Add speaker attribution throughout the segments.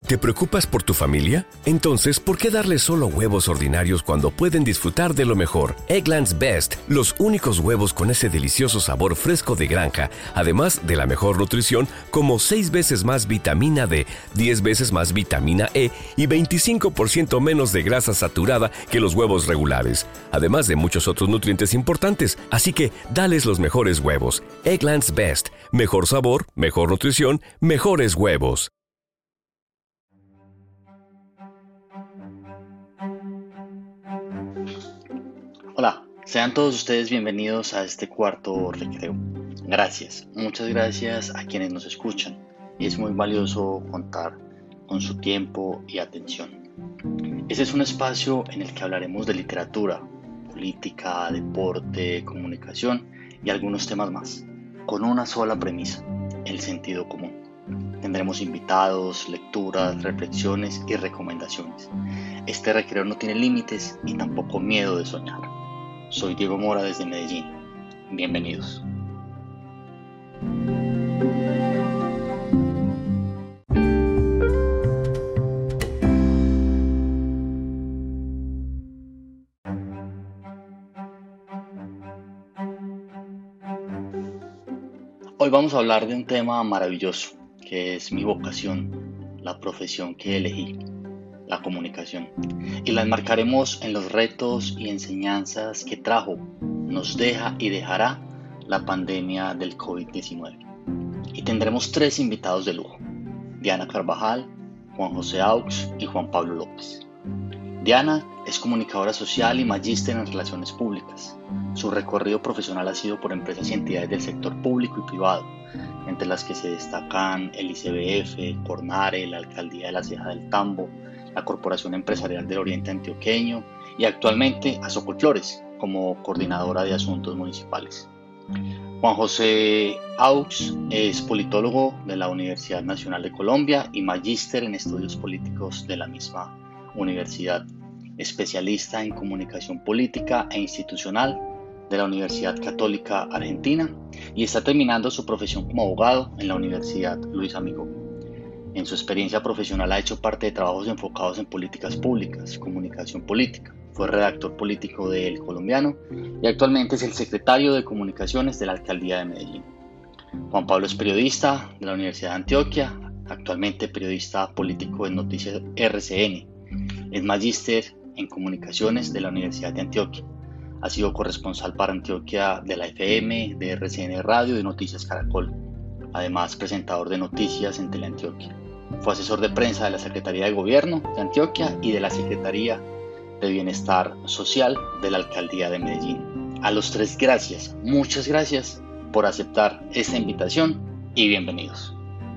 Speaker 1: ¿Te preocupas por tu familia? Entonces, ¿por qué darles solo huevos ordinarios cuando pueden disfrutar de lo mejor? Eggland's Best, los únicos huevos con ese delicioso sabor fresco de granja, además de la mejor nutrición, como 6 veces más vitamina D, 10 veces más vitamina E y 25% menos de grasa saturada que los huevos regulares, además de muchos otros nutrientes importantes. Así que, dales los mejores huevos. Eggland's Best, mejor sabor, mejor nutrición, mejores huevos.
Speaker 2: Hola, sean todos ustedes bienvenidos a este cuarto recreo. Gracias, muchas gracias a quienes nos escuchan y es muy valioso contar con su tiempo y atención. Este es un espacio en el que hablaremos de literatura, política, deporte, comunicación y algunos temas más, con una sola premisa, el sentido común. Tendremos invitados, lecturas, reflexiones y recomendaciones. Este recreo no tiene límites y tampoco miedo de soñar. Soy Diego Mora desde Medellín. Bienvenidos. Hoy vamos a hablar de un tema maravilloso, que es mi vocación, la profesión que elegí, la comunicación. Y la enmarcaremos en los retos y enseñanzas que trajo, nos deja y dejará la pandemia del COVID-19. Y tendremos 3 invitados de lujo: Diana Carvajal, Juan José Aux y Juan Pablo López. Diana es comunicadora social y magíster en relaciones públicas. Su recorrido profesional ha sido por empresas y entidades del sector público y privado, entre las que se destacan el ICBF, Cornare, la Alcaldía de la Ceja del Tambo, la Corporación Empresarial del Oriente Antioqueño y actualmente a Socolflores como coordinadora de asuntos municipales. Juan José Aux es politólogo de la Universidad Nacional de Colombia y magíster en estudios políticos de la misma universidad, especialista en comunicación política e institucional de la Universidad Católica Argentina y está terminando su profesión como abogado en la Universidad Luis Amigo. En su experiencia profesional ha hecho parte de trabajos enfocados en políticas públicas, comunicación política. Fue redactor político de El Colombiano y actualmente es el secretario de Comunicaciones de la Alcaldía de Medellín. Juan Pablo es periodista de la Universidad de Antioquia, actualmente periodista político en Noticias RCN. Es magíster en Comunicaciones de la Universidad de Antioquia. Ha sido corresponsal para Antioquia de la FM, de RCN Radio y de Noticias Caracol. Además, presentador de noticias en Teleantioquia. Fue asesor de prensa de la Secretaría de Gobierno de Antioquia y de la Secretaría de Bienestar Social de la Alcaldía de Medellín. A los 3, gracias, muchas gracias por aceptar esta invitación y bienvenidos.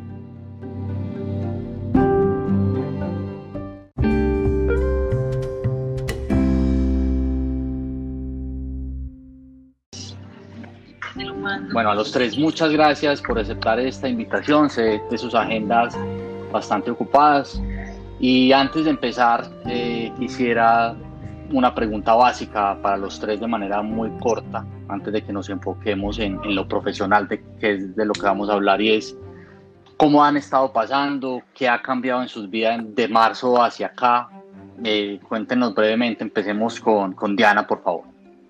Speaker 2: Bueno, a los 3, muchas gracias por aceptar esta invitación. Sé de sus agendas bastante ocupadas. Y antes de empezar, quisiera una pregunta básica para los 3 de manera muy corta, antes de que nos enfoquemos en lo profesional, que es de lo que vamos a hablar, y es cómo han estado pasando, qué ha cambiado en sus vidas de marzo hacia acá. Cuéntenos brevemente, empecemos con Diana, por favor.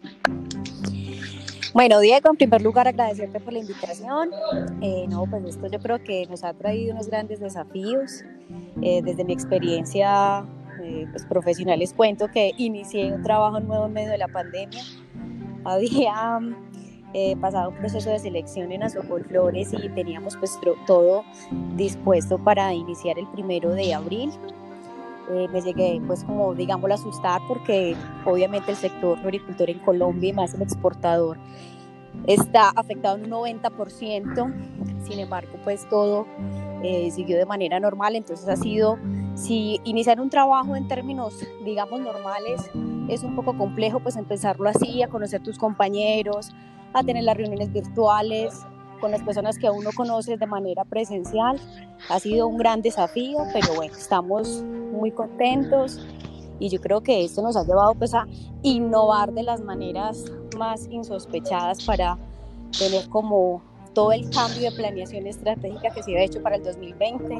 Speaker 3: Bueno, Diego, en primer lugar agradecerte por la invitación. Pues esto yo creo que nos ha traído unos grandes desafíos. Desde mi experiencia pues profesional les cuento que inicié un trabajo nuevo en medio de la pandemia. Había pasado un proceso de selección en Socolflores y teníamos pues todo dispuesto para iniciar el 1 de abril. Me llegué pues como digámoslo a asustar porque obviamente el sector agricultor en Colombia y más el exportador está afectado en un 90%, sin embargo pues todo siguió de manera normal. Entonces ha sido, si iniciar un trabajo en términos digamos normales es un poco complejo, pues empezarlo así, a conocer tus compañeros, a tener las reuniones virtuales con las personas que aún no conoces de manera presencial, ha sido un gran desafío, pero bueno, estamos muy contentos y yo creo que esto nos ha llevado pues a innovar de las maneras más insospechadas para tener como todo el cambio de planeación estratégica que se había hecho para el 2020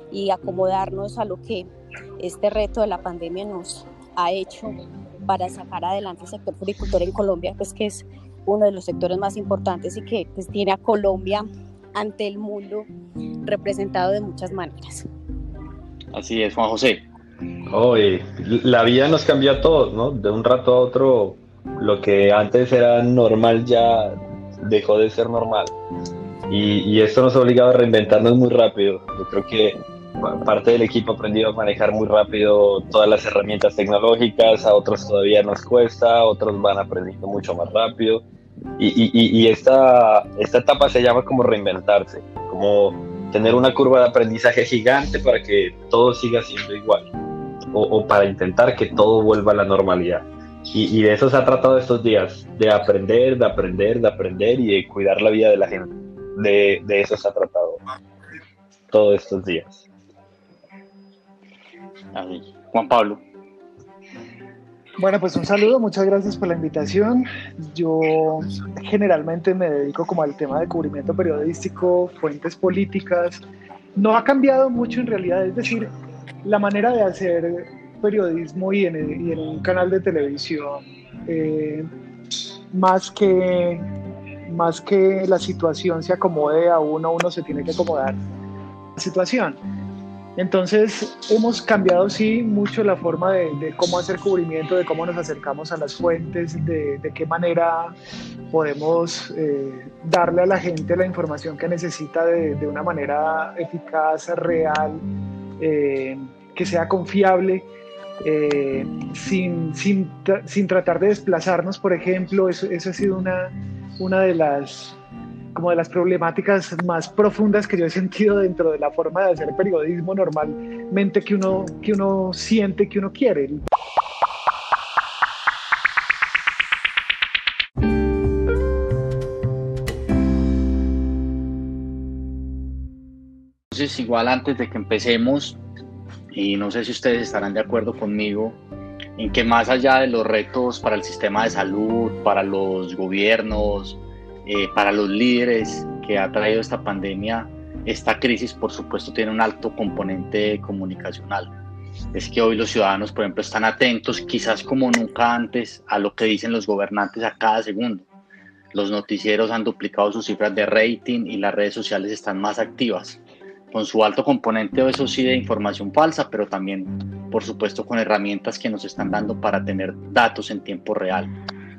Speaker 3: y acomodarnos a lo que este reto de la pandemia nos ha hecho para sacar adelante el sector floricultor en Colombia, pues que es uno de los sectores más importantes y que pues, tiene a Colombia ante el mundo representado de muchas maneras.
Speaker 2: Así es, Juan José.
Speaker 4: Hoy la vida nos cambió a todos, ¿no? De un rato a otro, lo que antes era normal ya dejó de ser normal. Y esto nos ha obligado a reinventarnos muy rápido. Yo creo que parte del equipo ha aprendido a manejar muy rápido todas las herramientas tecnológicas, a otros todavía nos cuesta, otros van aprendiendo mucho más rápido. Y esta etapa se llama como reinventarse, como tener una curva de aprendizaje gigante para que todo siga siendo igual, o para intentar que todo vuelva a la normalidad. Y de eso se ha tratado estos días, de aprender y de cuidar la vida de la gente. De eso se ha tratado todos estos días.
Speaker 2: Juan Pablo.
Speaker 5: Bueno, pues un saludo, muchas gracias por la invitación. Yo generalmente me dedico como al tema de cubrimiento periodístico, fuentes políticas. No ha cambiado mucho en realidad, es decir, la manera de hacer periodismo y en un canal de televisión, más que la situación se acomode a uno se tiene que acomodar a la situación. Entonces hemos cambiado sí mucho la forma de cómo hacer cubrimiento, de cómo nos acercamos a las fuentes, de qué manera podemos darle a la gente la información que necesita de una manera eficaz, real, que sea confiable, sin tratar de desplazarnos, por ejemplo. Eso ha sido una de las problemáticas más profundas que yo he sentido dentro de la forma de hacer periodismo normalmente que uno siente, que uno quiere.
Speaker 2: Entonces, igual antes de que empecemos, y no sé si ustedes estarán de acuerdo conmigo, en que más allá de los retos para el sistema de salud, para los gobiernos, para los líderes que ha traído esta pandemia, esta crisis por supuesto tiene un alto componente comunicacional. Es que hoy los ciudadanos, por ejemplo, están atentos, quizás como nunca antes, a lo que dicen los gobernantes a cada segundo. Los noticieros han duplicado sus cifras de rating y las redes sociales están más activas, con su alto componente, eso sí, de información falsa, pero también, por supuesto, con herramientas que nos están dando para tener datos en tiempo real.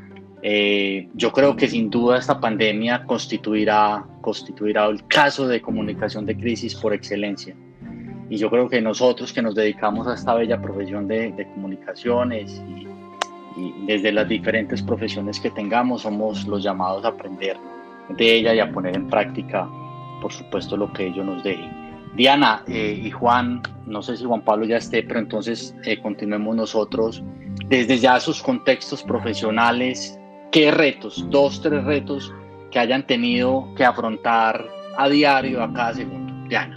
Speaker 2: Yo creo que sin duda esta pandemia constituirá el caso de comunicación de crisis por excelencia. Y yo creo que nosotros que nos dedicamos a esta bella profesión de comunicaciones y desde las diferentes profesiones que tengamos, somos los llamados a aprender de ella y a poner en práctica, por supuesto, lo que ello nos deje. Diana y Juan, no sé si Juan Pablo ya esté, pero entonces continuemos nosotros desde ya sus contextos profesionales. ¿Qué retos, 2, 3 retos que hayan tenido que afrontar a diario, a cada segundo? Diana.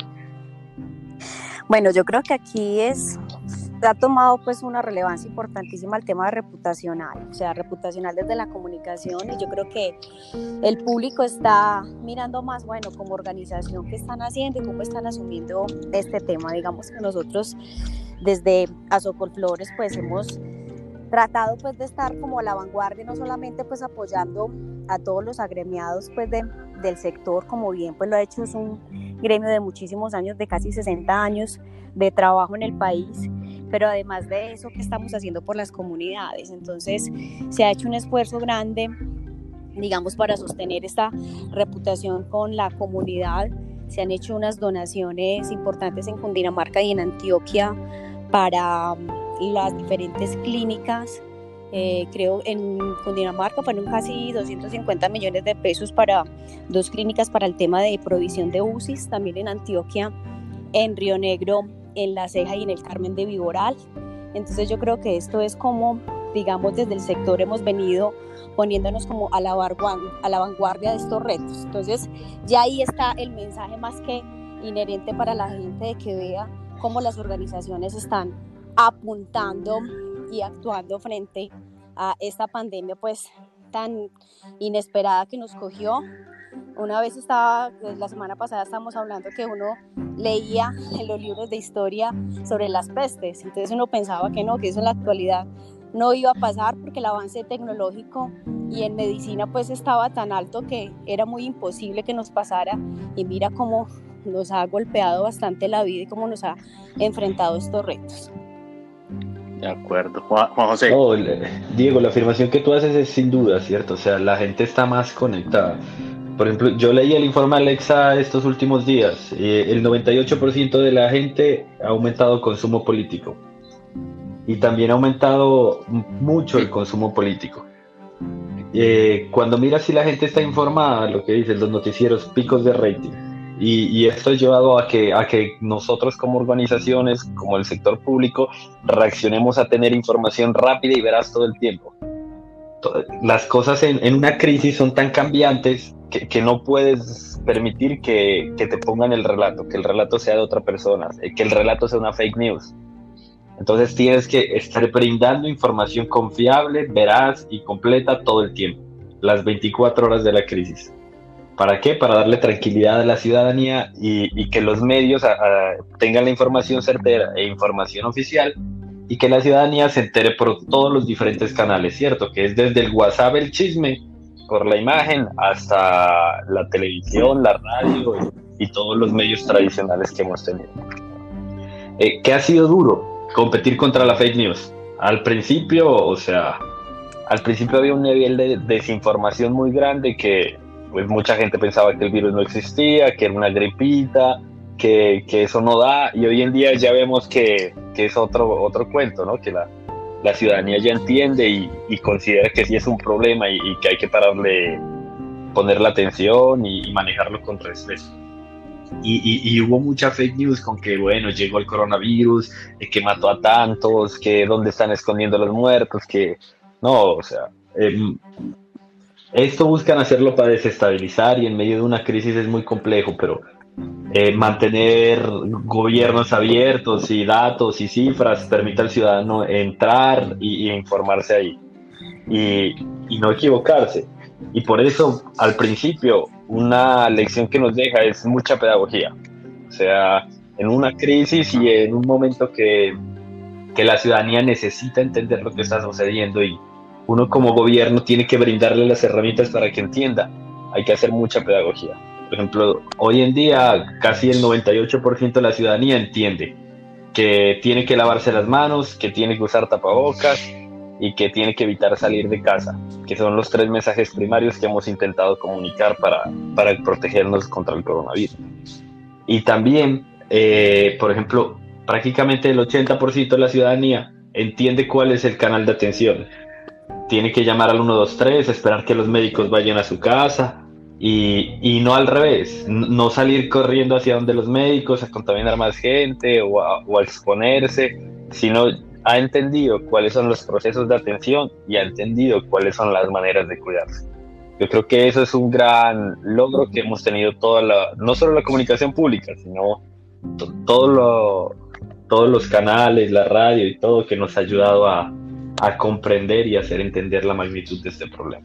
Speaker 3: Bueno, yo creo que aquí ha tomado pues una relevancia importantísima el tema de reputacional, o sea, reputacional desde la comunicación, y yo creo que el público está mirando más, bueno, como organización qué están haciendo y cómo están asumiendo este tema. Digamos que nosotros desde Asocolflores pues hemos tratado pues de estar como a la vanguardia, no solamente pues apoyando a todos los agremiados pues del sector, como bien pues lo ha hecho, es un gremio de muchísimos años, de casi 60 años de trabajo en el país, pero además de eso, ¿qué estamos haciendo por las comunidades? Entonces se ha hecho un esfuerzo grande, digamos, para sostener esta reputación con la comunidad. Se han hecho unas donaciones importantes en Cundinamarca y en Antioquia para las diferentes clínicas. Creo en Cundinamarca fueron casi 250 millones de pesos para 2 clínicas para el tema de provisión de UCIs, también en Antioquia, en Río Negro, en La Ceja y en el Carmen de Viboral. Entonces yo creo que esto es como, digamos, desde el sector hemos venido poniéndonos como a la vanguardia de estos retos. Entonces ya ahí está el mensaje más que inherente para la gente, de que vea cómo las organizaciones están apuntando y actuando frente a esta pandemia pues tan inesperada que nos cogió, Una vez estaba, pues, la semana pasada estábamos hablando que uno leía en los libros de historia sobre las pestes, entonces uno pensaba que no, que eso en la actualidad no iba a pasar porque el avance tecnológico y en medicina pues estaba tan alto que era muy imposible que nos pasara, y mira cómo nos ha golpeado bastante la vida y cómo nos ha enfrentado estos retos.
Speaker 2: De acuerdo. Juan José.
Speaker 4: No, Diego, la afirmación que tú haces es sin duda, ¿cierto? O sea, la gente está más conectada. Por ejemplo, yo leí el informe Alexa estos últimos días. El 98% de la gente ha aumentado consumo político. Y también ha aumentado mucho el consumo político. Cuando miras si la gente está informada, lo que dicen los noticieros, picos de rating. Y esto ha llevado a que nosotros como organizaciones, como el sector público, reaccionemos a tener información rápida y veraz todo el tiempo. Las cosas en una crisis son tan cambiantes que no puedes permitir que te pongan el relato, que el relato sea de otra persona, que el relato sea una fake news. Entonces tienes que estar brindando información confiable, veraz y completa todo el tiempo, las 24 horas de la crisis. ¿Para qué? Para darle tranquilidad a la ciudadanía y que los medios tengan la información certera e información oficial, y que la ciudadanía se entere por todos los diferentes canales, ¿cierto? Que es desde el WhatsApp el chisme, por la imagen, hasta la televisión, la radio y todos los medios tradicionales que hemos tenido. ¿Qué ha sido duro? Competir contra la fake news. Al principio había un nivel de desinformación muy grande que pues mucha gente pensaba que el virus no existía, que era una gripita, que eso no da, y hoy en día ya vemos que es otro cuento, ¿no? Que la ciudadanía ya entiende y considera que sí es un problema y que hay que ponerle atención y manejarlo con respeto. Y hubo mucha fake news con que, bueno, llegó el coronavirus, que mató a tantos, que dónde están escondiendo los muertos, que no, o sea, esto buscan hacerlo para desestabilizar, y en medio de una crisis es muy complejo, pero mantener gobiernos abiertos y datos y cifras permite al ciudadano entrar y informarse ahí y no equivocarse. Y por eso, al principio, una lección que nos deja es mucha pedagogía. O sea, en una crisis y en un momento que la ciudadanía necesita entender lo que está sucediendo, y uno como gobierno tiene que brindarle las herramientas para que entienda, hay que hacer mucha pedagogía. Por ejemplo, hoy en día casi el 98% de la ciudadanía entiende que tiene que lavarse las manos, que tiene que usar tapabocas y que tiene que evitar salir de casa, que son los 3 mensajes primarios que hemos intentado comunicar para protegernos contra el coronavirus. Y también, por ejemplo, prácticamente el 80% de la ciudadanía entiende cuál es el canal de atención. Tiene que llamar al 123, esperar que los médicos vayan a su casa y no al revés, no salir corriendo hacia donde los médicos a contaminar más gente o a exponerse, sino ha entendido cuáles son los procesos de atención y ha entendido cuáles son las maneras de cuidarse. Yo creo que eso es un gran logro que hemos tenido no solo la comunicación pública, sino todos los canales, la radio y todo, que nos ha ayudado a comprender y hacer entender la magnitud de este problema.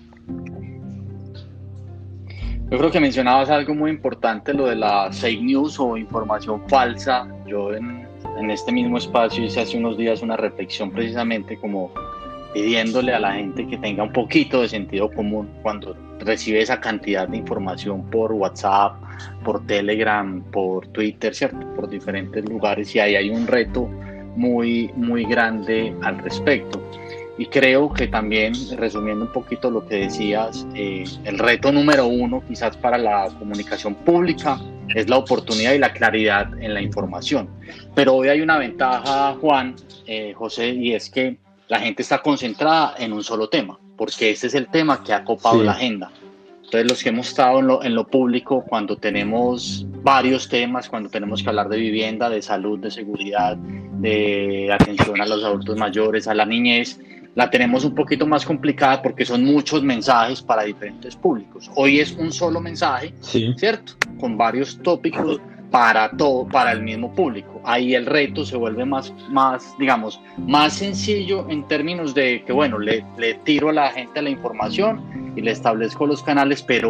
Speaker 2: Yo creo que mencionabas algo muy importante, lo de la fake news o información falsa. Yo en este mismo espacio hice hace unos días una reflexión precisamente como pidiéndole a la gente que tenga un poquito de sentido común cuando recibe esa cantidad de información por WhatsApp, por Telegram, por Twitter, ¿cierto? Por diferentes lugares, y ahí hay un reto muy, muy grande al respecto. Y creo que también, resumiendo un poquito lo que decías, el reto número 1 quizás para la comunicación pública es la oportunidad y la claridad en la información. Pero hoy hay una ventaja, Juan, José, y es que la gente está concentrada en un solo tema, porque este es el tema que ha copado la agenda. Entonces, los que hemos estado en lo público, cuando tenemos varios temas, cuando tenemos que hablar de vivienda, de salud, de seguridad, de atención a los adultos mayores, a la niñez, la tenemos un poquito más complicada porque son muchos mensajes para diferentes públicos. Hoy es un solo mensaje, ¿cierto? Con varios tópicos para el mismo público. Ahí el reto se vuelve más sencillo en términos de que, bueno, le tiro a la gente la información y le establezco los canales, pero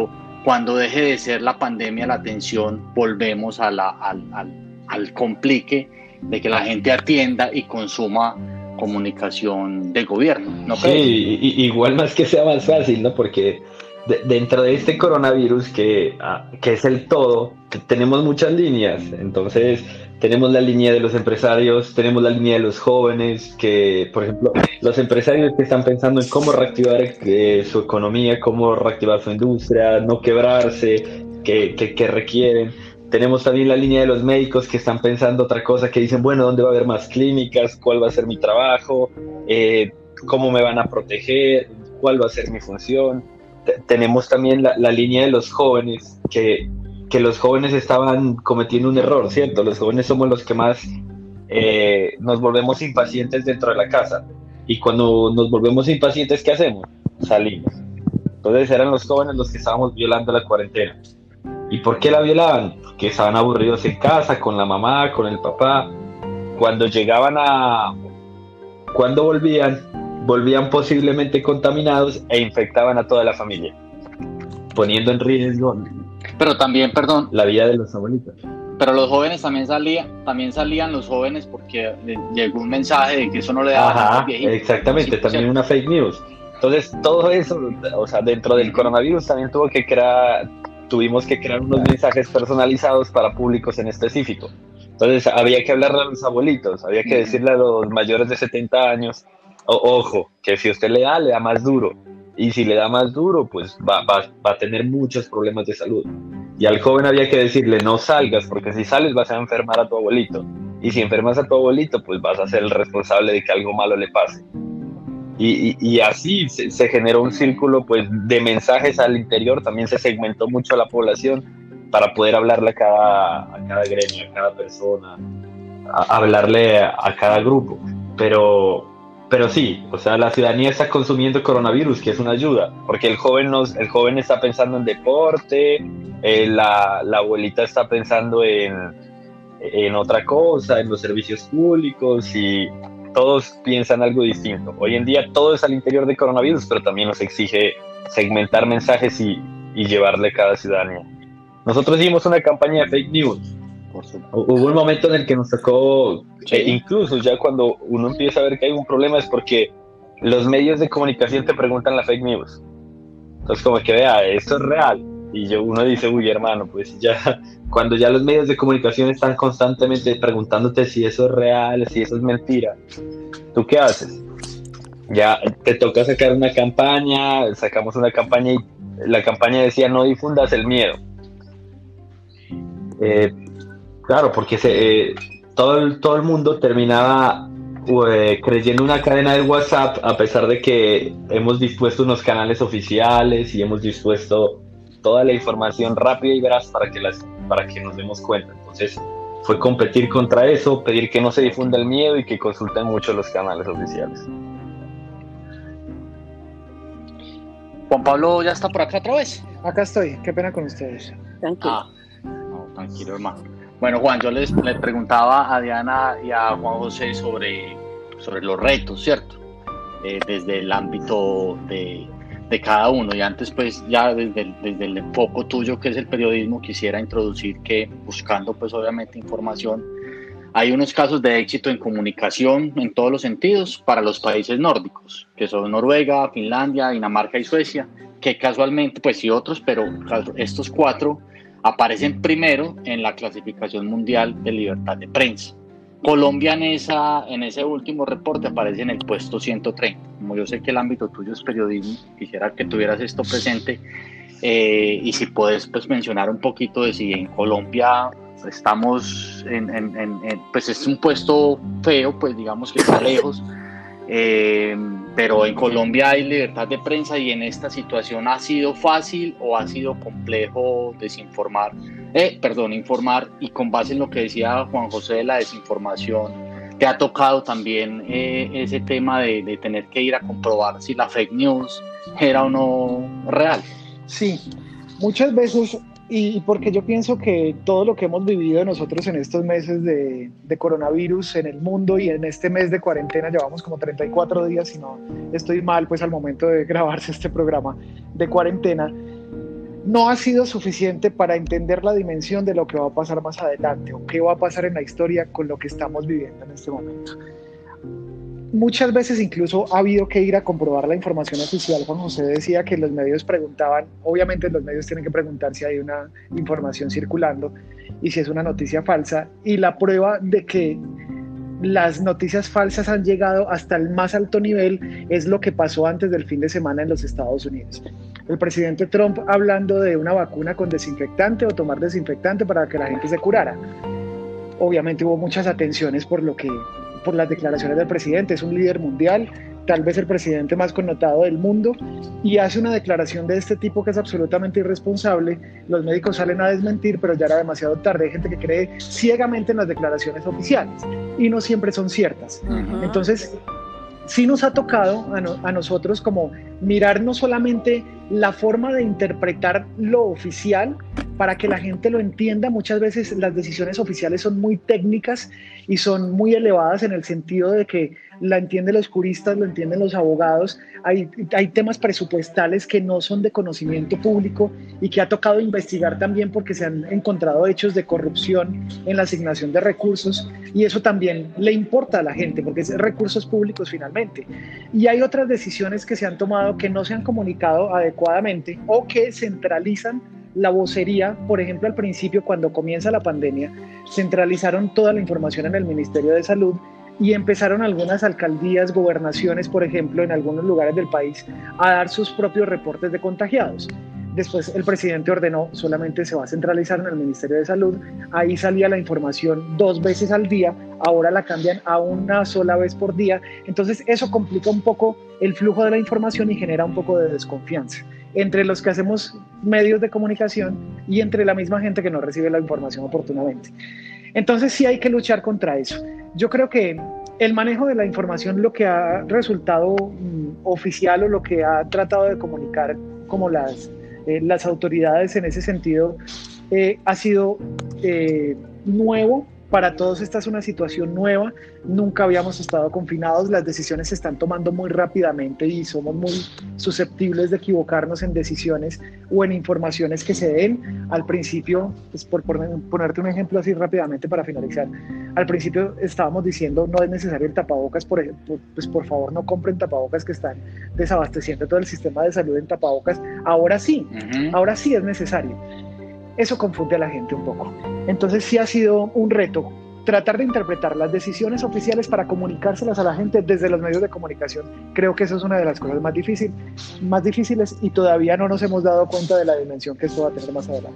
Speaker 2: cuando deje de ser la pandemia la atención, volvemos al complique de que la gente atienda y consuma comunicación del gobierno, ¿no
Speaker 4: Sí,
Speaker 2: crees?
Speaker 4: igual no es que sea más fácil, ¿no? Porque dentro de este coronavirus que es el todo, tenemos muchas líneas. Entonces, tenemos la línea de los empresarios, tenemos la línea de los jóvenes, que, por ejemplo, los empresarios que están pensando en cómo reactivar su economía, cómo reactivar su industria, no quebrarse, que requieren. Tenemos también la línea de los médicos que están pensando otra cosa, que dicen, bueno, ¿dónde va a haber más clínicas? ¿Cuál va a ser mi trabajo? ¿Cómo me van a proteger? ¿Cuál va a ser mi función? Tenemos también la línea de los jóvenes, que los jóvenes estaban cometiendo un error, ¿cierto? Los jóvenes somos los que más nos volvemos impacientes dentro de la casa. Y cuando nos volvemos impacientes, ¿qué hacemos? Salimos. Entonces eran los jóvenes los que estábamos violando la cuarentena. ¿Y por qué la violaban? Porque estaban aburridos en casa, con la mamá, con el papá. Cuando volvían posiblemente contaminados e infectaban a toda la familia, poniendo en riesgo
Speaker 2: Pero también, perdón,
Speaker 4: la vida de los abuelitos.
Speaker 2: pero los jóvenes también salían los jóvenes porque llegó un mensaje de que eso no le daba a los viejitos.
Speaker 4: Exactamente,
Speaker 2: Sí,
Speaker 4: también
Speaker 2: ¿cierto?
Speaker 4: una fake news. Entonces, todo eso, o sea, dentro del coronavirus también tuvimos que crear unos mensajes personalizados para públicos en específico. Entonces, había que hablarle a los abuelitos, había que decirle a los mayores de 70 años, ojo, que si usted le da más duro. Y si le da más duro, pues va a tener muchos problemas de salud. Y al joven había que decirle, no salgas, porque si sales vas a enfermar a tu abuelito. Y si enfermas a tu abuelito, pues vas a ser el responsable de que algo malo le pase. Y así se generó un círculo, pues, de mensajes al interior. También se segmentó mucho a la población para poder hablarle a cada gremio, a cada persona, hablarle a cada grupo. Pero sí, o sea, la ciudadanía está consumiendo coronavirus, que es una ayuda, porque el joven está pensando en deporte, la abuelita está pensando en otra cosa, en los servicios públicos, y todos piensan algo distinto. Hoy en día todo es al interior de coronavirus, pero también nos exige segmentar mensajes y llevarle a cada ciudadanía. Nosotros hicimos una campaña de fake news. Hubo un momento en el que nos tocó, incluso ya cuando uno empieza a ver que hay un problema es porque los medios de comunicación te preguntan la fake news. Entonces como que vea, esto es real. Y uno dice, uy hermano, pues ya cuando ya los medios de comunicación están constantemente preguntándote si eso es real, si eso es mentira, ¿tú qué haces? Ya te toca sacar una campaña, sacamos una campaña y la campaña decía no difundas el miedo. Claro, porque todo el mundo terminaba creyendo una cadena de WhatsApp, a pesar de que hemos dispuesto unos canales oficiales y hemos dispuesto toda la información rápida y veraz para que nos demos cuenta. Entonces fue competir contra eso, pedir que no se difunda el miedo y que consulten mucho los canales oficiales.
Speaker 2: Juan Pablo ya está por acá otra vez.
Speaker 5: Acá estoy, qué pena con ustedes.
Speaker 3: Tranquilo.
Speaker 2: No, tranquilo, hermano. Bueno, Juan, yo les preguntaba a Diana y a Juan José sobre los retos, ¿cierto? Desde el ámbito de cada uno. Y antes, pues, ya desde el enfoque tuyo, que es el periodismo, quisiera introducir que, buscando, pues, obviamente, información, hay unos casos de éxito en comunicación en todos los sentidos para los países nórdicos, que son Noruega, Finlandia, Dinamarca y Suecia, que casualmente, pues sí otros, pero estos 4 aparecen primero en la clasificación mundial de libertad de prensa. Colombia en ese último reporte aparece en el puesto 130. Como yo sé que el ámbito tuyo es periodismo, quisiera que tuvieras esto presente y si puedes, pues, mencionar un poquito de si en Colombia estamos pues es un puesto feo, pues digamos que está lejos, pero en Colombia hay libertad de prensa y en esta situación ¿ha sido fácil o ha sido complejo informar? Y con base en lo que decía Juan José de la desinformación, ¿te ha tocado también ese tema de tener que ir a comprobar si la fake news era o no real?
Speaker 5: Sí, muchas veces, y porque yo pienso que todo lo que hemos vivido nosotros en estos meses de coronavirus en el mundo y en este mes de cuarentena, llevamos como 34 días, si no estoy mal, pues al momento de grabarse este programa de cuarentena, no ha sido suficiente para entender la dimensión de lo que va a pasar más adelante o qué va a pasar en la historia con lo que estamos viviendo en este momento. Muchas veces incluso ha habido que ir a comprobar la información oficial. Juan José decía que los medios preguntaban, obviamente los medios tienen que preguntar si hay una información circulando y si es una noticia falsa, y la prueba de que las noticias falsas han llegado hasta el más alto nivel es lo que pasó antes del fin de semana en los Estados Unidos. El presidente Trump hablando de una vacuna con desinfectante o tomar desinfectante para que la gente se curara. Obviamente hubo muchas atenciones por las declaraciones del presidente. Es un líder mundial, tal vez el presidente más connotado del mundo, y hace una declaración de este tipo que es absolutamente irresponsable. Los médicos salen a desmentir, pero ya era demasiado tarde. Hay gente que cree ciegamente en las declaraciones oficiales y no siempre son ciertas. Entonces, sí nos ha tocado a nosotros como mirar no solamente la forma de interpretar lo oficial para que la gente lo entienda. Muchas veces las decisiones oficiales son muy técnicas y son muy elevadas en el sentido de que la entienden los juristas, lo entienden los abogados. Hay temas presupuestales que no son de conocimiento público y que ha tocado investigar también porque se han encontrado hechos de corrupción en la asignación de recursos, y eso también le importa a la gente porque es recursos públicos finalmente. Y hay otras decisiones que se han tomado que no se han comunicado adecuadamente o que centralizan la vocería. Por ejemplo, al principio, cuando comienza la pandemia, centralizaron toda la información en el Ministerio de Salud y empezaron algunas alcaldías, gobernaciones, por ejemplo, en algunos lugares del país, a dar sus propios reportes de contagiados. Después el presidente ordenó, solamente se va a centralizar en el Ministerio de Salud. Ahí salía la información 2 veces al día, ahora la cambian a 1 sola vez por día. Entonces eso complica un poco el flujo de la información y genera un poco de desconfianza entre los que hacemos medios de comunicación y entre la misma gente que no recibe la información oportunamente. Entonces sí hay que luchar contra eso. Yo creo que el manejo de la información, lo que ha resultado oficial o lo que ha tratado de comunicar como las autoridades en ese sentido, ha sido nuevo. Para todos esta es una situación nueva, nunca habíamos estado confinados, las decisiones se están tomando muy rápidamente y somos muy susceptibles de equivocarnos en decisiones o en informaciones que se den. Al principio, pues por ponerte un ejemplo así rápidamente para finalizar, al principio estábamos diciendo no es necesario el tapabocas, por ejemplo, pues por favor no compren tapabocas, que están desabasteciendo todo el sistema de salud en tapabocas. Ahora sí es necesario. Eso confunde a la gente un poco. Entonces sí ha sido un reto tratar de interpretar las decisiones oficiales para comunicárselas a la gente desde los medios de comunicación. Creo que eso es una de las cosas más difíciles y todavía no nos hemos dado cuenta de la dimensión que esto va a tener más adelante.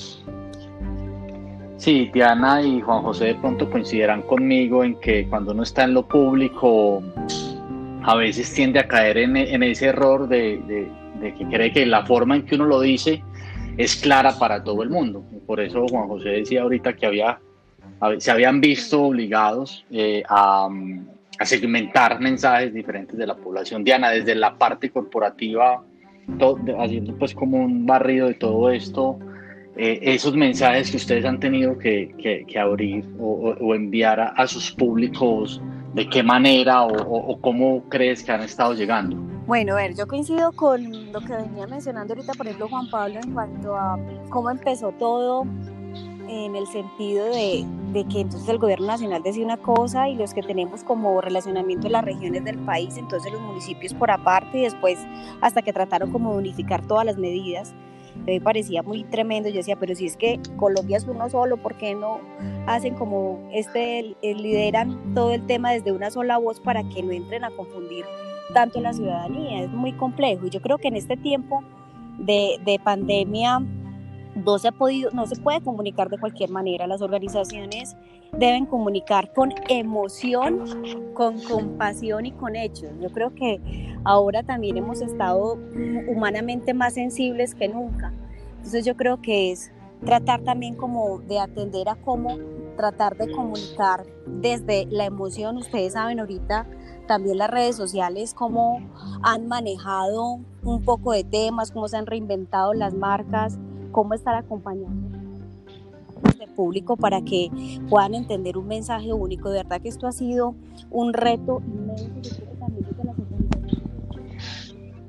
Speaker 2: Sí, Diana y Juan José de pronto coincidirán conmigo en que cuando uno está en lo público a veces tiende a caer en ese error de que cree que la forma en que uno lo dice es clara para todo el mundo. Por eso Juan José decía ahorita que se habían visto obligados a segmentar mensajes diferentes de la población. Diana, desde la parte corporativa, haciendo pues como un barrido de todo esto, esos mensajes que ustedes han tenido que abrir o enviar a sus públicos, ¿de qué manera o cómo crees que han estado llegando?
Speaker 3: Bueno, a ver, yo coincido con lo que venía mencionando ahorita, por ejemplo, Juan Pablo, en cuanto a cómo empezó todo, en el sentido de que entonces el gobierno nacional decía una cosa y los que tenemos como relacionamiento en las regiones del país, entonces los municipios por aparte, y después hasta que trataron como de unificar todas las medidas. Me parecía muy tremendo. Yo decía, pero si es que Colombia es uno solo, ¿por qué no hacen como lideran todo el tema desde una sola voz para que no entren a confundir tanto la ciudadanía? Es muy complejo y yo creo que en este tiempo de pandemia no se puede comunicar de cualquier manera. Las organizaciones deben comunicar con emoción, con compasión y con hechos. Yo creo que ahora también hemos estado humanamente más sensibles que nunca. Entonces yo creo que es tratar también como de atender a cómo tratar de comunicar desde la emoción. Ustedes saben ahorita también las redes sociales, cómo han manejado un poco de temas, cómo se han reinventado las marcas, cómo estar acompañando al público para que puedan entender un mensaje único. De verdad que esto ha sido un reto inmenso. Yo creo que también desde las organizaciones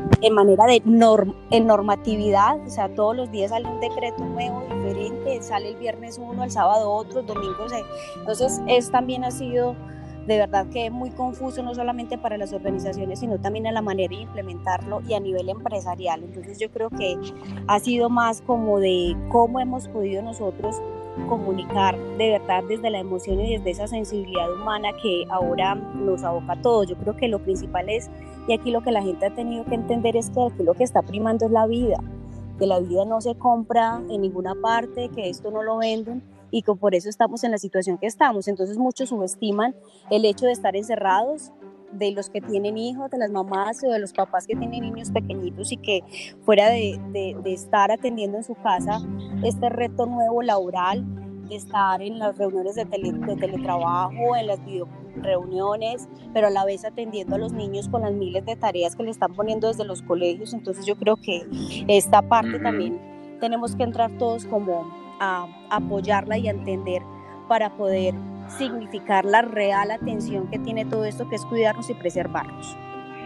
Speaker 3: en manera de en normatividad, o sea, todos los días sale un decreto nuevo, diferente, sale el viernes uno, el sábado otro, el domingo entonces eso también ha sido de verdad que muy confuso, no solamente para las organizaciones, sino también a la manera de implementarlo y a nivel empresarial. Entonces yo creo que ha sido más como de cómo hemos podido nosotros comunicar de verdad desde la emoción y desde esa sensibilidad humana que ahora nos aboca a todos. Yo creo que lo principal es, y aquí lo que la gente ha tenido que entender es que aquí lo que está primando es la vida, que la vida no se compra en ninguna parte, que esto no lo venden, y que por eso estamos en la situación que estamos. Entonces muchos subestiman el hecho de estar encerrados, de los que tienen hijos, de las mamás o de los papás que tienen niños pequeñitos y que fuera de estar atendiendo en su casa este reto nuevo laboral, de estar en las reuniones de teletrabajo, en las videoreuniones, pero a la vez atendiendo a los niños con las miles de tareas que le están poniendo desde los colegios. Entonces yo creo que esta parte también tenemos que entrar todos como a apoyarla y a entender para poder significar la real atención que tiene todo esto, que es cuidarnos y preservarnos.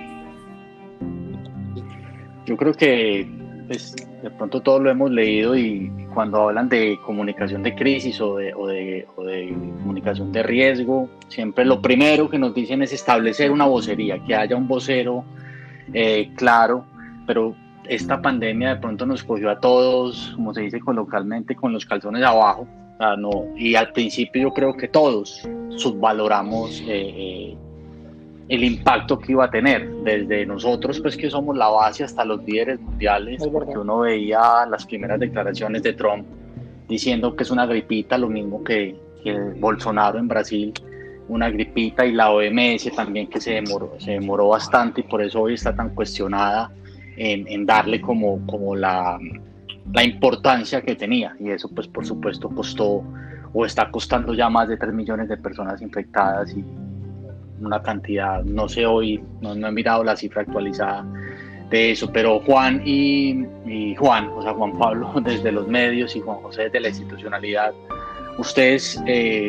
Speaker 2: Yo creo que pues, de pronto todos lo hemos leído, y cuando hablan de comunicación de crisis o de comunicación de riesgo, siempre lo primero que nos dicen es establecer una vocería, que haya un vocero claro, pero esta pandemia de pronto nos cogió a todos, como se dice coloquialmente, con los calzones abajo. Y al principio yo creo que todos subvaloramos el impacto que iba a tener, desde nosotros pues que somos la base hasta los líderes mundiales, porque uno veía las primeras declaraciones de Trump diciendo que es una gripita, lo mismo que Bolsonaro en Brasil, una gripita, y la OMS también, que se demoró bastante, y por eso hoy está tan cuestionada en darle como la importancia que tenía, y eso pues por supuesto costó o está costando ya más de 3 millones de personas infectadas y una cantidad, no sé hoy, no he mirado la cifra actualizada de eso, pero Juan y Juan, o sea Juan Pablo desde los medios y Juan José desde la institucionalidad, ustedes,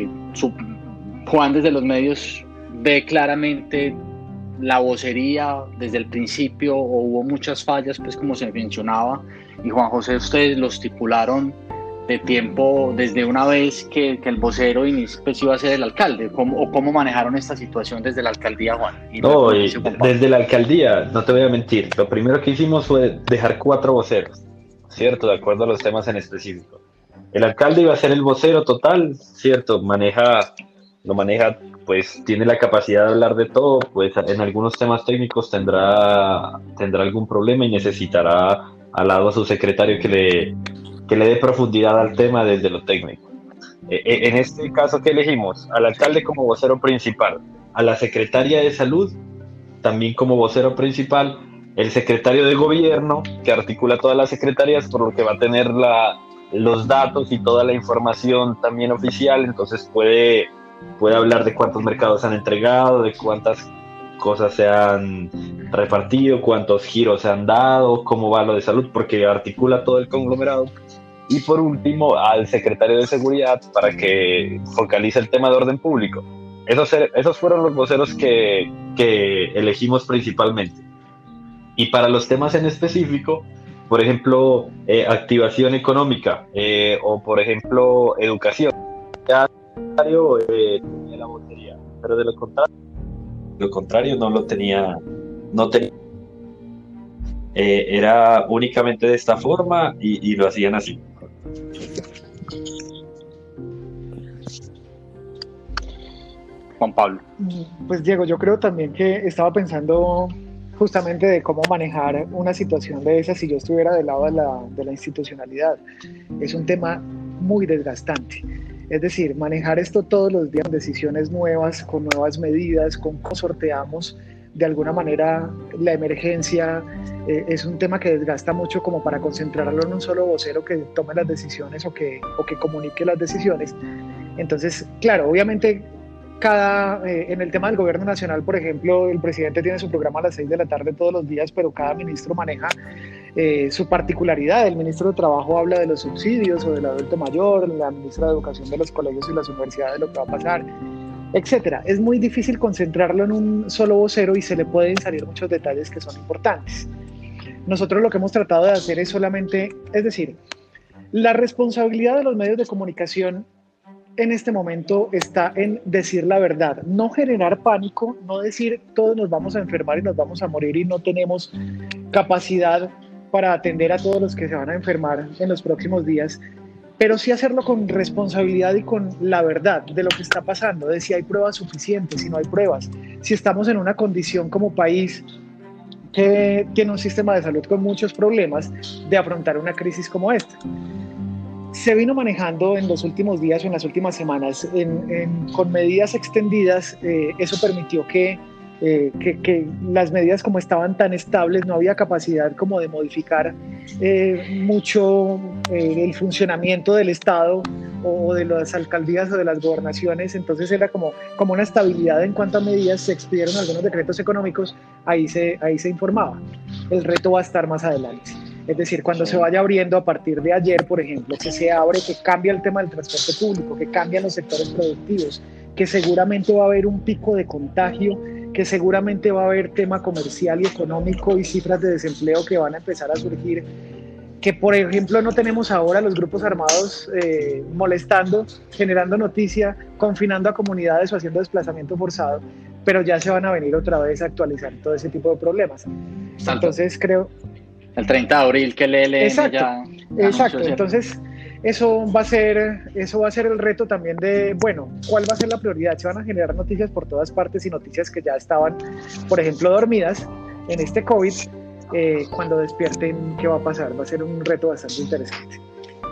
Speaker 2: Juan desde los medios ve claramente la vocería desde el principio, o hubo muchas fallas pues como se mencionaba, y Juan José, ustedes lo estipularon de tiempo desde una vez que el vocero pues iba a ser el alcalde, ¿cómo manejaron esta situación desde la alcaldía, Juan?
Speaker 4: Desde la alcaldía, no te voy a mentir, lo primero que hicimos fue dejar 4 voceros, ¿cierto? De acuerdo a los temas en específico. El alcalde iba a ser el vocero total, ¿cierto? Lo maneja, pues tiene la capacidad de hablar de todo, pues en algunos temas técnicos tendrá algún problema y necesitará al lado a su secretario que le dé profundidad al tema desde lo técnico. En este caso que elegimos, al alcalde como vocero principal, a la secretaria de salud también como vocero principal, el secretario de gobierno que articula todas las secretarías, por lo que va a tener los datos y toda la información también oficial, entonces puede hablar de cuántos mercados han entregado, de cuántas cosas se han repartido, cuántos giros se han dado, cómo va lo de salud, porque articula todo el conglomerado. Y por último, al secretario de seguridad para que focalice el tema de orden público. Esos fueron los voceros que elegimos principalmente. Y para los temas en específico, por ejemplo, activación económica o por ejemplo, educación. Ya tenía la vocería, pero de lo contrario no lo tenía, era únicamente de esta forma y lo hacían así.
Speaker 2: Juan Pablo.
Speaker 5: Pues Diego, yo creo también que estaba pensando justamente de cómo manejar una situación de esa si yo estuviera del lado de la institucionalidad. Es un tema muy desgastante. Es decir, manejar esto todos los días, decisiones nuevas, con nuevas medidas, con cómo sorteamos de alguna manera la emergencia, es un tema que desgasta mucho como para concentrarlo en un solo vocero que tome las decisiones o que comunique las decisiones. Entonces, claro, obviamente en el tema del gobierno nacional, por ejemplo, el presidente tiene su programa a las 6 de la tarde todos los días, pero cada ministro maneja su particularidad. El ministro de Trabajo habla de los subsidios o del adulto mayor, la ministra de Educación de los colegios y las universidades, lo que va a pasar, etcétera. Es muy difícil concentrarlo en un solo vocero y se le pueden salir muchos detalles que son importantes. nosotros lo que hemos tratado de hacer es solamente, es decir, la responsabilidad de los medios de comunicación en este momento está en decir la verdad, no generar pánico, no decir todos nos vamos a enfermar y nos vamos a morir y no tenemos capacidad para atender a todos los que se van a enfermar en los próximos días, pero sí hacerlo con responsabilidad y con la verdad de lo que está pasando, de si hay pruebas suficientes, si no hay pruebas, si estamos en una condición como país que tiene un sistema de salud con muchos problemas de afrontar una crisis como esta. Se vino manejando en los últimos días o en las últimas semanas con medidas extendidas. Eso permitió que las medidas, como estaban tan estables, no había capacidad como de modificar mucho el funcionamiento del Estado o de las alcaldías o de las gobernaciones. Entonces era como una estabilidad en cuanto a medidas. Se expidieron algunos decretos económicos, ahí se informaba. El reto va a estar más adelante. Es decir, cuando se vaya abriendo a partir de ayer, por ejemplo, que se abre, que cambia el tema del transporte público, que cambian los sectores productivos, que seguramente va a haber un pico de contagio, que seguramente va a haber tema comercial y económico y cifras de desempleo que van a empezar a surgir, que por ejemplo no tenemos ahora los grupos armados molestando, generando noticia, confinando a comunidades o haciendo desplazamiento forzado, pero ya se van a venir otra vez a actualizar todo ese tipo de problemas. Entonces creo...
Speaker 2: El 30 de abril que el ELN
Speaker 5: exacto,
Speaker 2: ya
Speaker 5: exacto. Entonces eso va a ser el reto también de, bueno, ¿cuál va a ser la prioridad? Se van a generar noticias por todas partes y noticias que ya estaban, por ejemplo, dormidas en este COVID. Cuando despierten, ¿qué va a pasar? Va a ser un reto bastante interesante.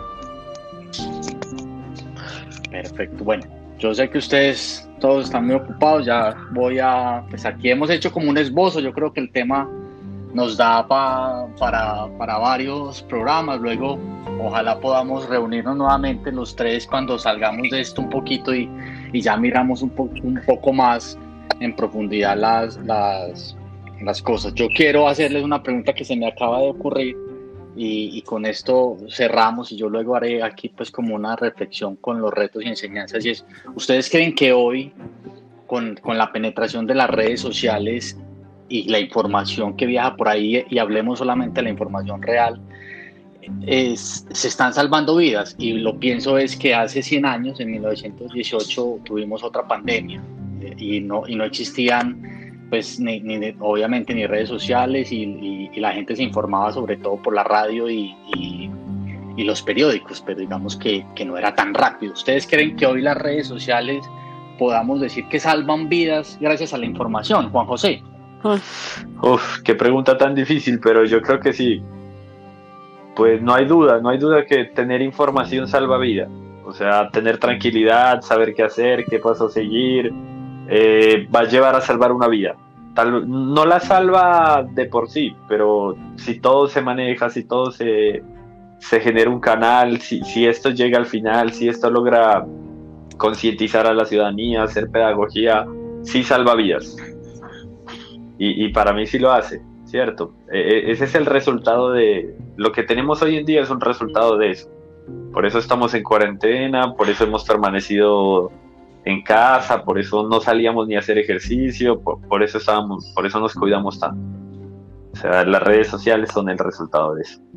Speaker 2: Perfecto. Bueno, yo sé que ustedes todos están muy ocupados. Ya pues aquí hemos hecho como un esbozo. Yo creo que el tema nos da para varios programas. Luego ojalá podamos reunirnos nuevamente los tres cuando salgamos de esto un poquito y ya miramos un poco más en profundidad las cosas. Yo quiero hacerles una pregunta que se me acaba de ocurrir y con esto cerramos, y yo luego haré aquí pues como una reflexión con los retos y enseñanzas, y es: ¿ustedes creen que hoy con la penetración de las redes sociales y la información que viaja por ahí, y hablemos solamente de la información real, se están salvando vidas? Y lo pienso es que hace 100 años, en 1918, tuvimos otra pandemia y no existían pues obviamente ni redes sociales, y la gente se informaba sobre todo por la radio y los periódicos, pero digamos que no era tan rápido. ¿Ustedes creen que hoy las redes sociales podamos decir que salvan vidas gracias a la información? Juan José.
Speaker 4: Qué pregunta tan difícil, pero yo creo que sí. Pues no hay duda que tener información salva vida. O sea, tener tranquilidad, saber qué hacer, qué paso seguir, va a llevar a salvar una vida. No la salva de por sí, pero si todo se maneja, si todo se genera un canal, si esto llega al final, si esto logra concientizar a la ciudadanía, hacer pedagogía, sí salva vidas. Y para mí sí lo hace, ¿cierto? Ese es el resultado de lo que tenemos hoy en día, es un resultado de eso. Por eso estamos en cuarentena, por eso hemos permanecido en casa, por eso no salíamos ni a hacer ejercicio, por eso nos cuidamos tanto. O sea, las redes sociales son el resultado de eso.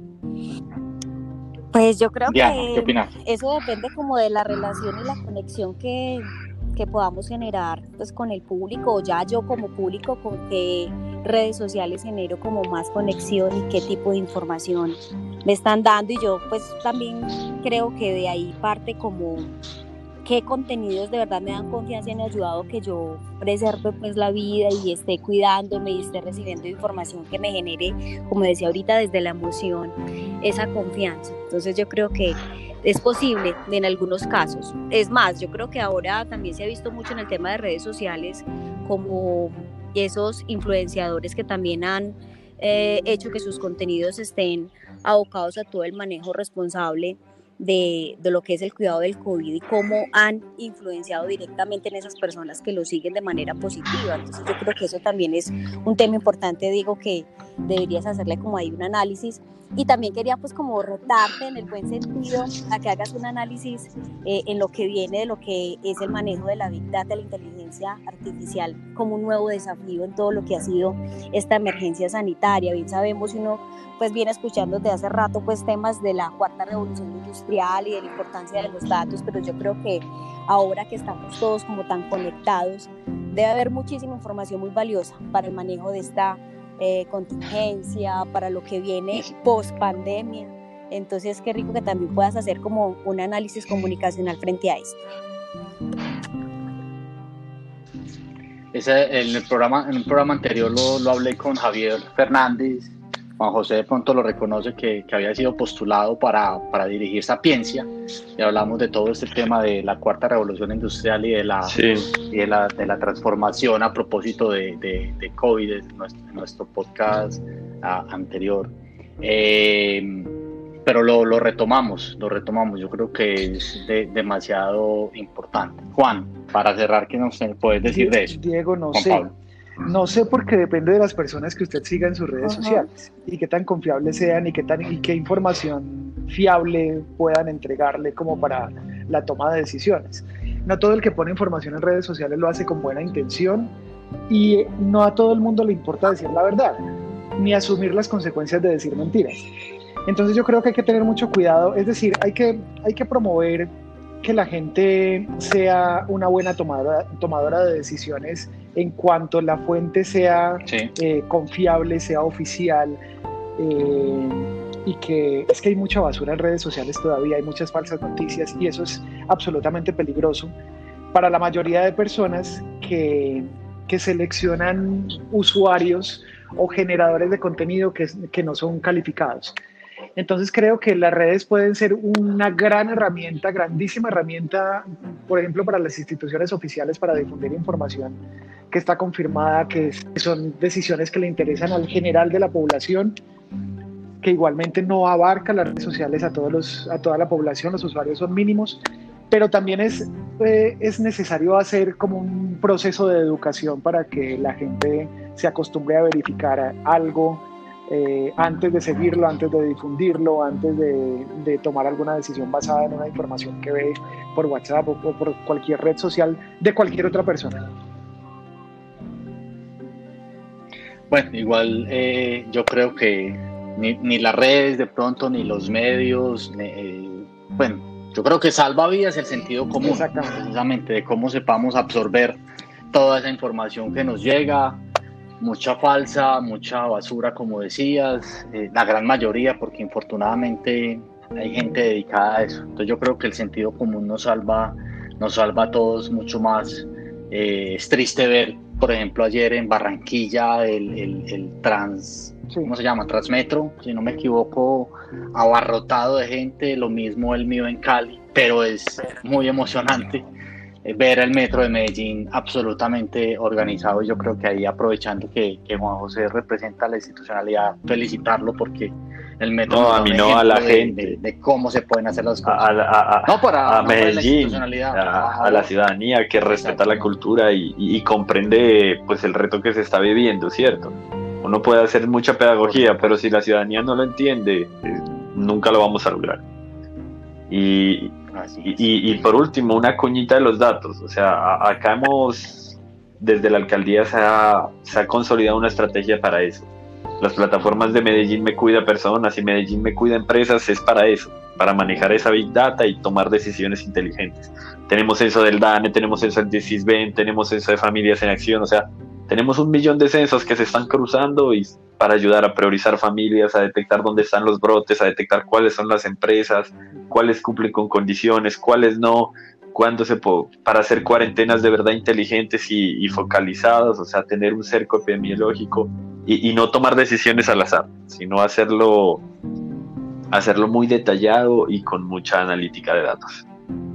Speaker 3: Pues yo creo
Speaker 2: Diana,
Speaker 3: que
Speaker 2: ¿qué opinas?
Speaker 3: eso depende como de la relación y la conexión que podamos generar pues con el público, o ya yo como público con qué redes sociales genero como más conexión y qué tipo de información me están dando. Y yo pues también creo que de ahí parte como qué contenidos de verdad me dan confianza y han ayudado que yo preserve pues la vida y esté cuidándome y esté recibiendo información que me genere, como decía ahorita, desde la emoción, esa confianza. Entonces yo creo que es posible en algunos casos. Es más, yo creo que ahora también se ha visto mucho en el tema de redes sociales como esos influenciadores que también han hecho que sus contenidos estén abocados a todo el manejo responsable de lo que es el cuidado del COVID y cómo han influenciado directamente en esas personas que lo siguen de manera positiva. Entonces yo creo que eso también es un tema importante, digo, que deberías hacerle como ahí un análisis. Y también quería pues como retarte en el buen sentido a que hagas un análisis en lo que viene de lo que es el manejo de la Big Data, la inteligencia artificial, como un nuevo desafío en todo lo que ha sido esta emergencia sanitaria. Bien sabemos, uno pues viene escuchando desde hace rato pues temas de la cuarta revolución industrial y de la importancia de los datos, pero yo creo que ahora que estamos todos como tan conectados, debe haber muchísima información muy valiosa para el manejo de esta contingencia, para lo que viene post pandemia. Entonces qué rico que también puedas hacer como un análisis comunicacional frente a esto.
Speaker 2: En el programa anterior lo hablé con Javier Fernández. Juan José de pronto lo reconoce que había sido postulado para dirigir Sapiencia, y hablamos de todo este tema de la cuarta revolución industrial y de la transformación a propósito de COVID en nuestro podcast anterior. Pero lo retomamos, yo creo que es demasiado importante. Juan, para cerrar, ¿qué nos puedes decir de eso?
Speaker 5: Diego, no
Speaker 2: Juan
Speaker 5: sé.
Speaker 2: Pablo.
Speaker 5: No sé, porque depende de las personas que usted siga en sus redes sociales y qué tan confiables sean y qué información fiable puedan entregarle como para la toma de decisiones. No todo el que pone información en redes sociales lo hace con buena intención, y no a todo el mundo le importa decir la verdad ni asumir las consecuencias de decir mentiras. Entonces yo creo que hay que tener mucho cuidado, es decir, hay que promover que la gente sea una buena tomadora de decisiones en cuanto la fuente sea confiable, sea oficial, y que es que hay mucha basura en redes sociales todavía, hay muchas falsas noticias, y eso es absolutamente peligroso para la mayoría de personas que seleccionan usuarios o generadores de contenido que no son calificados. Entonces creo que las redes pueden ser una gran herramienta, grandísima herramienta, por ejemplo, para las instituciones oficiales para difundir información que está confirmada, que son decisiones que le interesan al general de la población, que igualmente no abarca las redes sociales a toda la población, los usuarios son mínimos, pero también es necesario hacer como un proceso de educación para que la gente se acostumbre a verificar algo antes de seguirlo, antes de difundirlo, antes de tomar alguna decisión basada en una información que ve por WhatsApp o por cualquier red social de cualquier otra persona.
Speaker 2: Bueno, igual yo creo que ni las redes de pronto, ni los medios, yo creo que salva vidas el sentido común, precisamente de cómo sepamos absorber toda esa información que nos llega. Mucha falsa, mucha basura, como decías, la gran mayoría, porque infortunadamente hay gente dedicada a eso. Entonces yo creo que el sentido común nos salva a todos mucho más. Es triste ver, por ejemplo, ayer en Barranquilla el ¿cómo se llama? Transmetro, si no me equivoco, abarrotado de gente, lo mismo el mío en Cali, pero es muy emocionante ver el metro de Medellín absolutamente organizado, y yo creo que ahí, aprovechando que Juan José representa la institucionalidad, felicitarlo, porque el metro
Speaker 4: a la gente
Speaker 2: de cómo se pueden hacer las cosas.
Speaker 4: A Medellín, a la ciudadanía que respeta la cultura y comprende pues el reto que se está viviendo, ¿cierto? Uno puede hacer mucha pedagogía, pero si la ciudadanía no lo entiende, nunca lo vamos a lograr. Y por último, una cuñita de los datos. O sea, acá desde la alcaldía se ha consolidado una estrategia para eso. Las plataformas de Medellín Me Cuida Personas y Medellín Me Cuida Empresas es para eso, para manejar esa Big Data y tomar decisiones inteligentes. Tenemos eso del DANE, tenemos eso del CISBEN, tenemos eso de Familias en Acción. O sea, tenemos 1 millón de censos que se están cruzando y para ayudar a priorizar familias, a detectar dónde están los brotes, a detectar cuáles son las empresas, cuáles cumplen con condiciones, cuáles no, para hacer cuarentenas de verdad inteligentes y focalizadas, o sea, tener un cerco epidemiológico y no tomar decisiones al azar, sino hacerlo muy detallado y con mucha analítica de datos.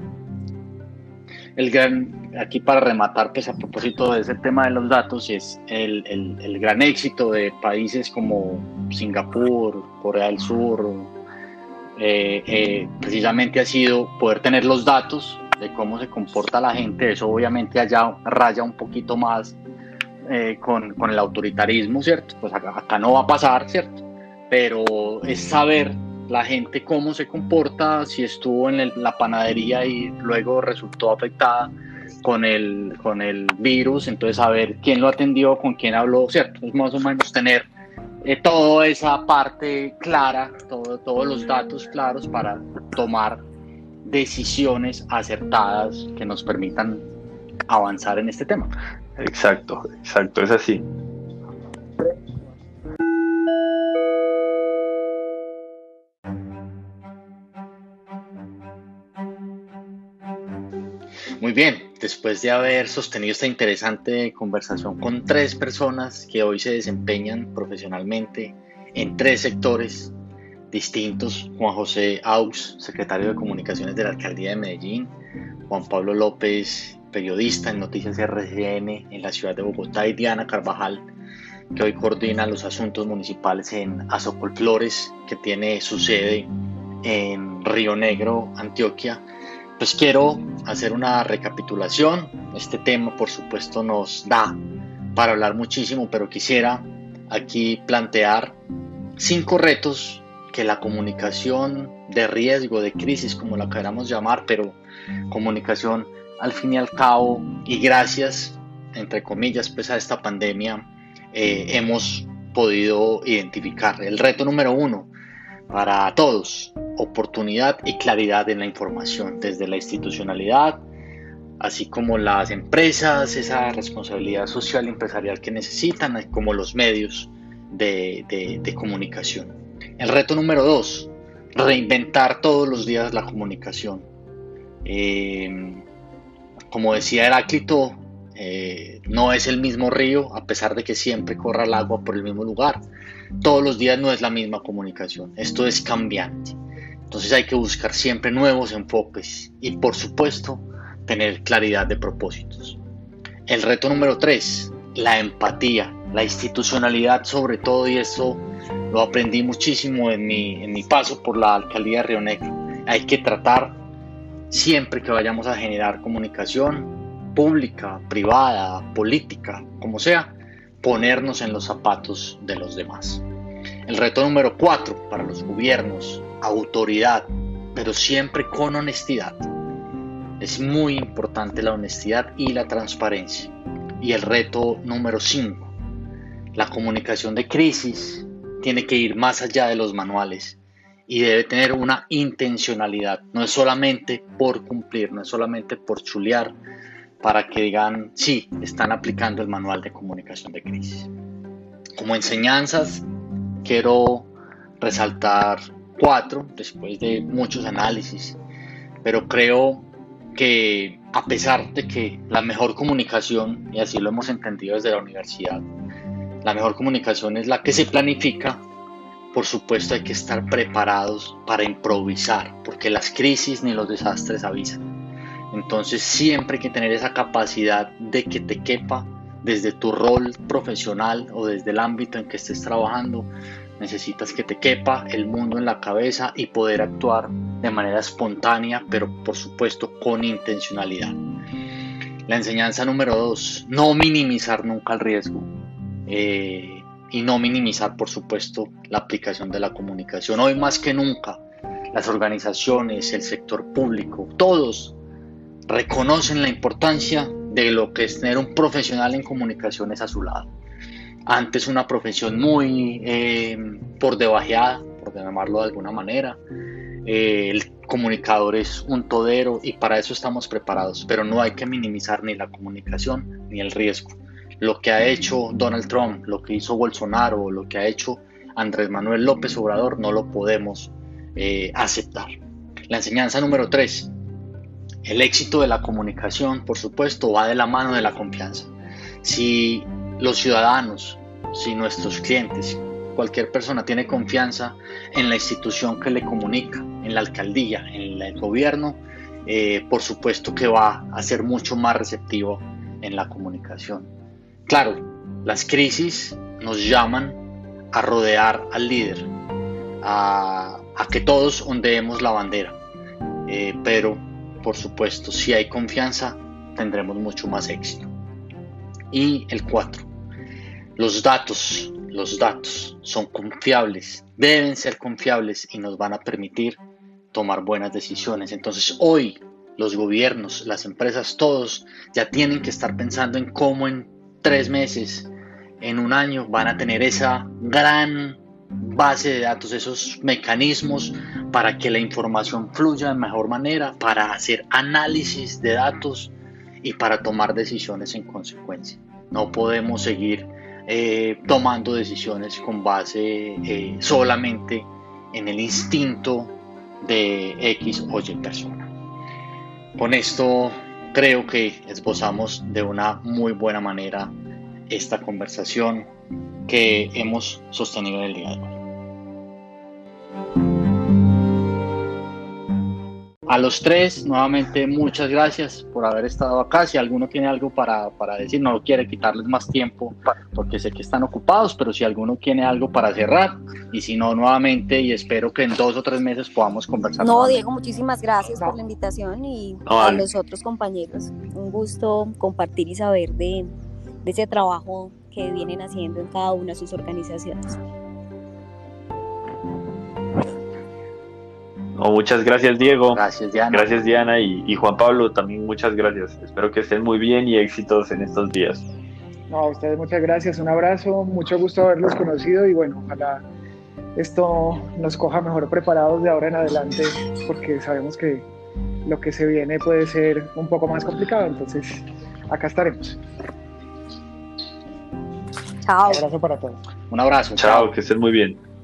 Speaker 2: Aquí para rematar, pues a propósito de ese tema de los datos, es el gran éxito de países como Singapur, Corea del Sur, precisamente ha sido poder tener los datos de cómo se comporta la gente. Eso obviamente allá raya un poquito más con el autoritarismo, ¿cierto? Pues acá no va a pasar, ¿cierto? Pero es saber la gente cómo se comporta, si estuvo en la panadería y luego resultó afectada con el virus, entonces saber quién lo atendió, con quién habló, ¿cierto? Es más o menos tener toda esa parte clara, todos los datos claros para tomar decisiones acertadas que nos permitan avanzar en este tema.
Speaker 4: Exacto, es así.
Speaker 2: Muy bien, después de haber sostenido esta interesante conversación con 3 personas que hoy se desempeñan profesionalmente en 3 sectores distintos: Juan José Aux, secretario de Comunicaciones de la Alcaldía de Medellín; Juan Pablo López, periodista en Noticias RCN en la ciudad de Bogotá; y Diana Carvajal, que hoy coordina los asuntos municipales en Azocolflores, que tiene su sede en Río Negro, Antioquia. Pues quiero hacer una recapitulación. Este tema, por supuesto, nos da para hablar muchísimo, pero quisiera aquí plantear 5 retos que la comunicación de riesgo, de crisis, como la queramos llamar, pero comunicación al fin y al cabo, y gracias, entre comillas, pues a esta pandemia, hemos podido identificar. El reto número 1 para todos: oportunidad y claridad en la información, desde la institucionalidad, así como las empresas, esa responsabilidad social y empresarial que necesitan, como los medios de comunicación. El reto número 2, reinventar todos los días la comunicación. Como decía Heráclito, no es el mismo río, a pesar de que siempre corra el agua por el mismo lugar. Todos los días no es la misma comunicación, esto es cambiante. Entonces hay que buscar siempre nuevos enfoques y, por supuesto, tener claridad de propósitos. El reto número 3, la empatía, la institucionalidad sobre todo, y eso lo aprendí muchísimo en mi paso por la Alcaldía de Río Negro. Hay que tratar, siempre que vayamos a generar comunicación pública, privada, política, como sea, ponernos en los zapatos de los demás. El reto número 4 para los gobiernos: autoridad, pero siempre con honestidad. Es muy importante la honestidad y la transparencia. Y el reto número 5, la comunicación de crisis tiene que ir más allá de los manuales y debe tener una intencionalidad. No es solamente por cumplir, no es solamente por chulear para que digan sí, están aplicando el manual de comunicación de crisis. Como enseñanzas, quiero resaltar 4 después de muchos análisis, pero creo que a pesar de que la mejor comunicación, y así lo hemos entendido desde la universidad, la mejor comunicación es la que se planifica, por supuesto hay que estar preparados para improvisar, porque las crisis ni los desastres avisan. Entonces siempre hay que tener esa capacidad de que te quepa desde tu rol profesional o desde el ámbito en que estés trabajando. Necesitas que te quepa el mundo en la cabeza y poder actuar de manera espontánea, pero por supuesto con intencionalidad. La enseñanza número 2, no minimizar nunca el riesgo y no minimizar, por supuesto, la aplicación de la comunicación. Hoy más que nunca, las organizaciones, el sector público, todos reconocen la importancia de lo que es tener un profesional en comunicaciones a su lado. Antes una profesión muy por debajeada, por llamarlo de alguna manera. El comunicador es un todero y para eso estamos preparados, pero no hay que minimizar ni la comunicación ni el riesgo. Lo que ha hecho Donald Trump, lo que hizo Bolsonaro, lo que ha hecho Andrés Manuel López Obrador, no lo podemos aceptar. La enseñanza número 3, el éxito de la comunicación, por supuesto, va de la mano de la confianza. Si los ciudadanos, si nuestros clientes, cualquier persona tiene confianza en la institución que le comunica, en la alcaldía, en el gobierno, por supuesto que va a ser mucho más receptivo en la comunicación. Claro, las crisis nos llaman a rodear al líder, a que todos ondeemos la bandera, pero por supuesto, si hay confianza, tendremos mucho más éxito. Y el 4, Los datos son confiables, deben ser confiables y nos van a permitir tomar buenas decisiones. Entonces hoy los gobiernos, las empresas, todos ya tienen que estar pensando en cómo en 3 meses, en un año, van a tener esa gran base de datos, esos mecanismos para que la información fluya de mejor manera, para hacer análisis de datos y para tomar decisiones en consecuencia. No podemos seguir tomando decisiones con base solamente en el instinto de X o Y persona. Con esto creo que esbozamos de una muy buena manera esta conversación que hemos sostenido en el día de hoy. A los tres, nuevamente, muchas gracias por haber estado acá. Si alguno tiene algo para decir, no quiere quitarles más tiempo porque sé que están ocupados, pero si alguno tiene algo para cerrar, y si no, nuevamente, y espero que en 2 o 3 meses podamos conversar.
Speaker 3: No, Diego, muchísimas gracias por la invitación y a los otros compañeros. Un gusto compartir y saber de ese trabajo que vienen haciendo en cada una de sus organizaciones.
Speaker 4: No, muchas gracias, Diego.
Speaker 2: Gracias, Diana.
Speaker 4: Gracias, Diana. Y Juan Pablo, también muchas gracias. Espero que estén muy bien y éxitos en estos días.
Speaker 5: No, a ustedes muchas gracias, un abrazo, mucho gusto haberlos conocido y bueno, ojalá esto nos coja mejor preparados de ahora en adelante porque sabemos que lo que se viene puede ser un poco más complicado, entonces acá estaremos.
Speaker 3: Chao.
Speaker 5: Un abrazo para todos.
Speaker 2: Un abrazo.
Speaker 4: Chao, que estén muy bien.